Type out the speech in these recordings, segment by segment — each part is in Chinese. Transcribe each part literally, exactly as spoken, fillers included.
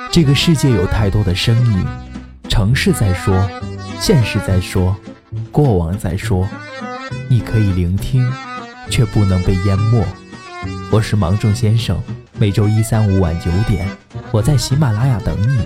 这个世界有太多的声音，城市在说，现实在说，过往在说，你可以聆听，却不能被淹没。我是芒种先生，每周一三五晚九点，我在喜马拉雅等你。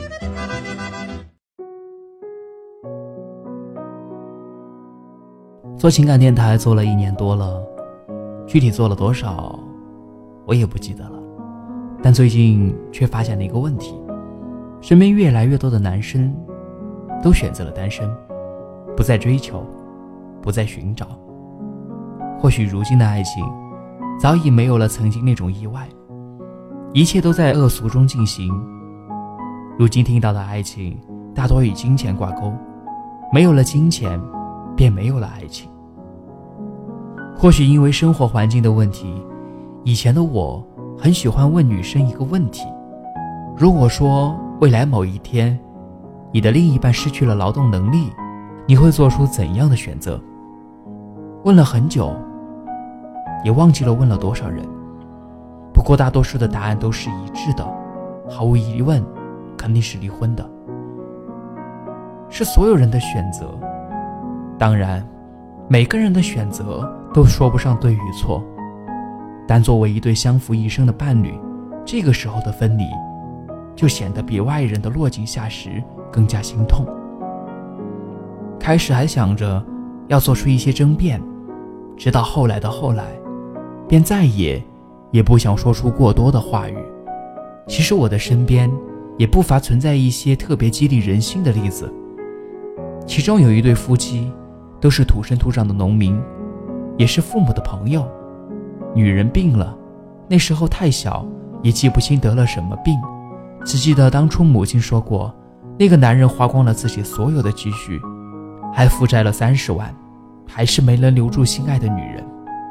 做情感电台做了一年多了，具体做了多少我也不记得了，但最近却发现了一个问题，身边越来越多的男生都选择了单身，不再追求，不再寻找。或许如今的爱情早已没有了曾经那种意外，一切都在恶俗中进行。如今听到的爱情大多与金钱挂钩，没有了金钱便没有了爱情。或许因为生活环境的问题，以前的我很喜欢问女生一个问题，如果说未来某一天你的另一半失去了劳动能力，你会做出怎样的选择？问了很久，也忘记了问了多少人，不过大多数的答案都是一致的，毫无疑问，肯定是离婚的，是所有人的选择。当然每个人的选择都说不上对与错，但作为一对相扶一生的伴侣，这个时候的分离就显得比外人的落井下石更加心痛。开始还想着要做出一些争辩，直到后来的后来，便再也也不想说出过多的话语。其实我的身边也不乏存在一些特别激励人心的例子，其中有一对夫妻都是土生土长的农民，也是父母的朋友。女人病了，那时候太小，也记不清得了什么病，只记得当初母亲说过，那个男人花光了自己所有的积蓄，还负债了三十万，还是没能留住心爱的女人。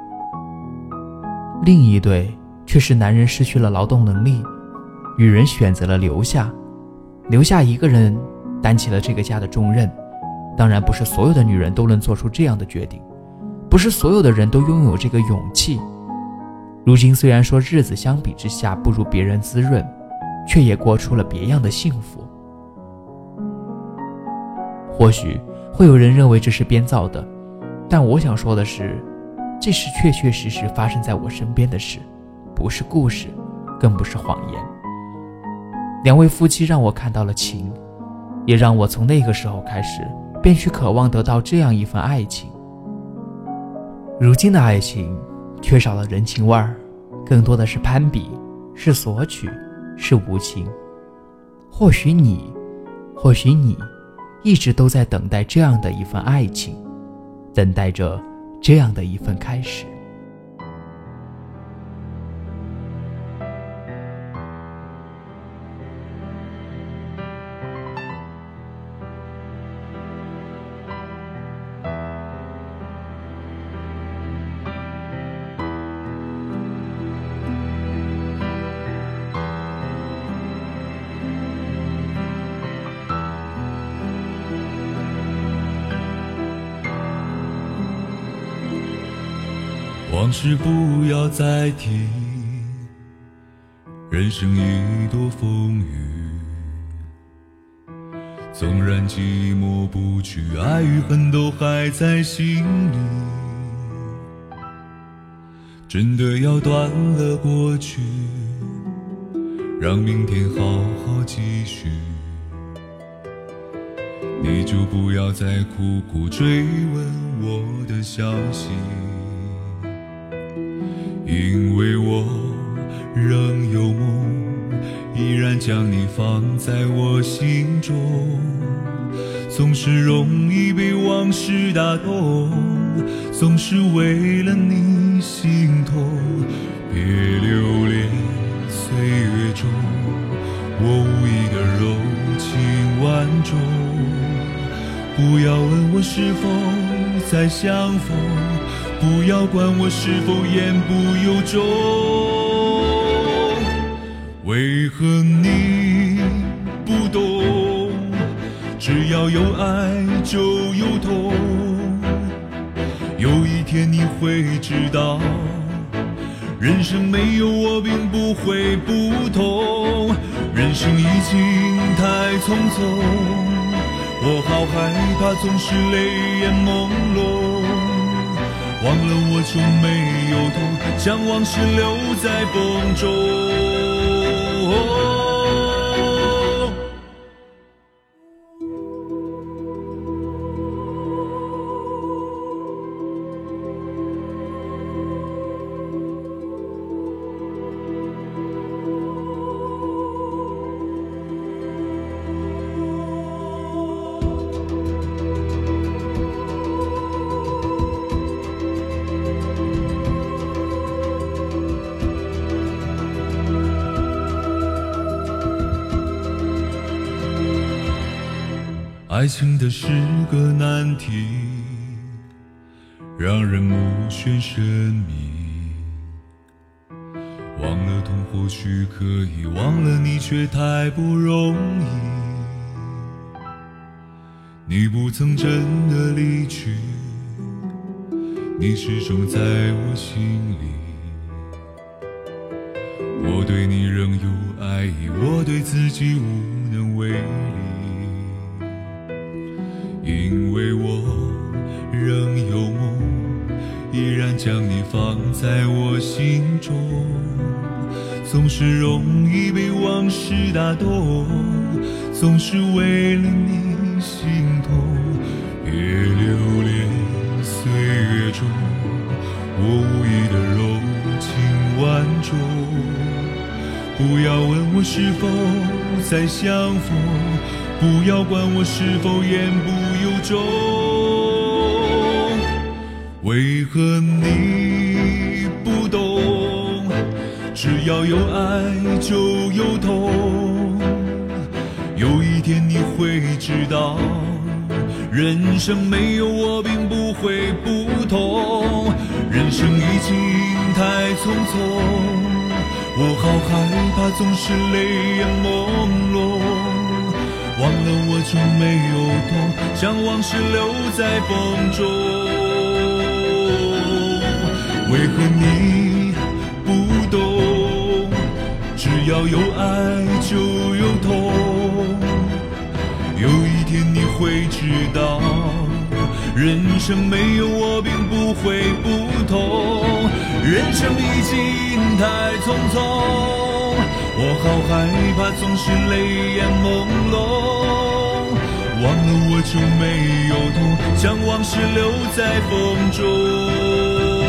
另一对却是男人失去了劳动能力，女人选择了留下，留下一个人担起了这个家的重任。当然不是所有的女人都能做出这样的决定，不是所有的人都拥有这个勇气。如今虽然说日子相比之下不如别人滋润，却也过出了别样的幸福。或许会有人认为这是编造的，但我想说的是，这是确确实实发生在我身边的事，不是故事，更不是谎言。两位夫妻让我看到了情，也让我从那个时候开始便去渴望得到这样一份爱情。如今的爱情缺少了人情味儿，更多的是攀比，是索取，是无情。或许你或许你一直都在等待这样的一份爱情，等待着这样的一份开始。 往事不要再提，人生已多风雨，纵然寂寞不去，爱与恨都还在心里。真的要断了过去，让明天好好继续，你就不要再苦苦追问我的消息，因为我仍有梦，依然将你放在我心中，总是容易被往事打动，总是为了你心痛。别留恋岁月中我无意的柔情万种，不要问我是否再相逢，不要管我是否言不由衷。为何你不懂，只要有爱就有痛，有一天你会知道，人生没有我并不会不同。 人生已经太匆匆，我好害怕，总是泪眼朦胧，忘了我就没有痛，将往事留在风中。爱情的是个难题，让人目眩神迷。忘了痛或许可以，忘了你却太不容易。你不曾真的离去，你始终在我心里。我对你仍有爱意，我对自己无能为力。因为我仍有梦，依然将你放在我心中，总是容易被往事打动，总是为了你心痛。别留恋岁月中我无意的柔情万种，不要问我是否再相逢，不要管我是否言不由衷。为何你不懂？只要有爱就有痛，有一天你会知道，人生没有我并不会不同。人生已经太匆匆，我好害怕，总是泪眼朦胧，忘了我就没有痛，将往事留在风中。为何你不懂？只要有爱就有痛，有一天你会知道，人生没有我并不会不同。人生已经太匆匆，我好害怕，总是泪眼朦胧，忘了我就没有痛，将往事留在风中。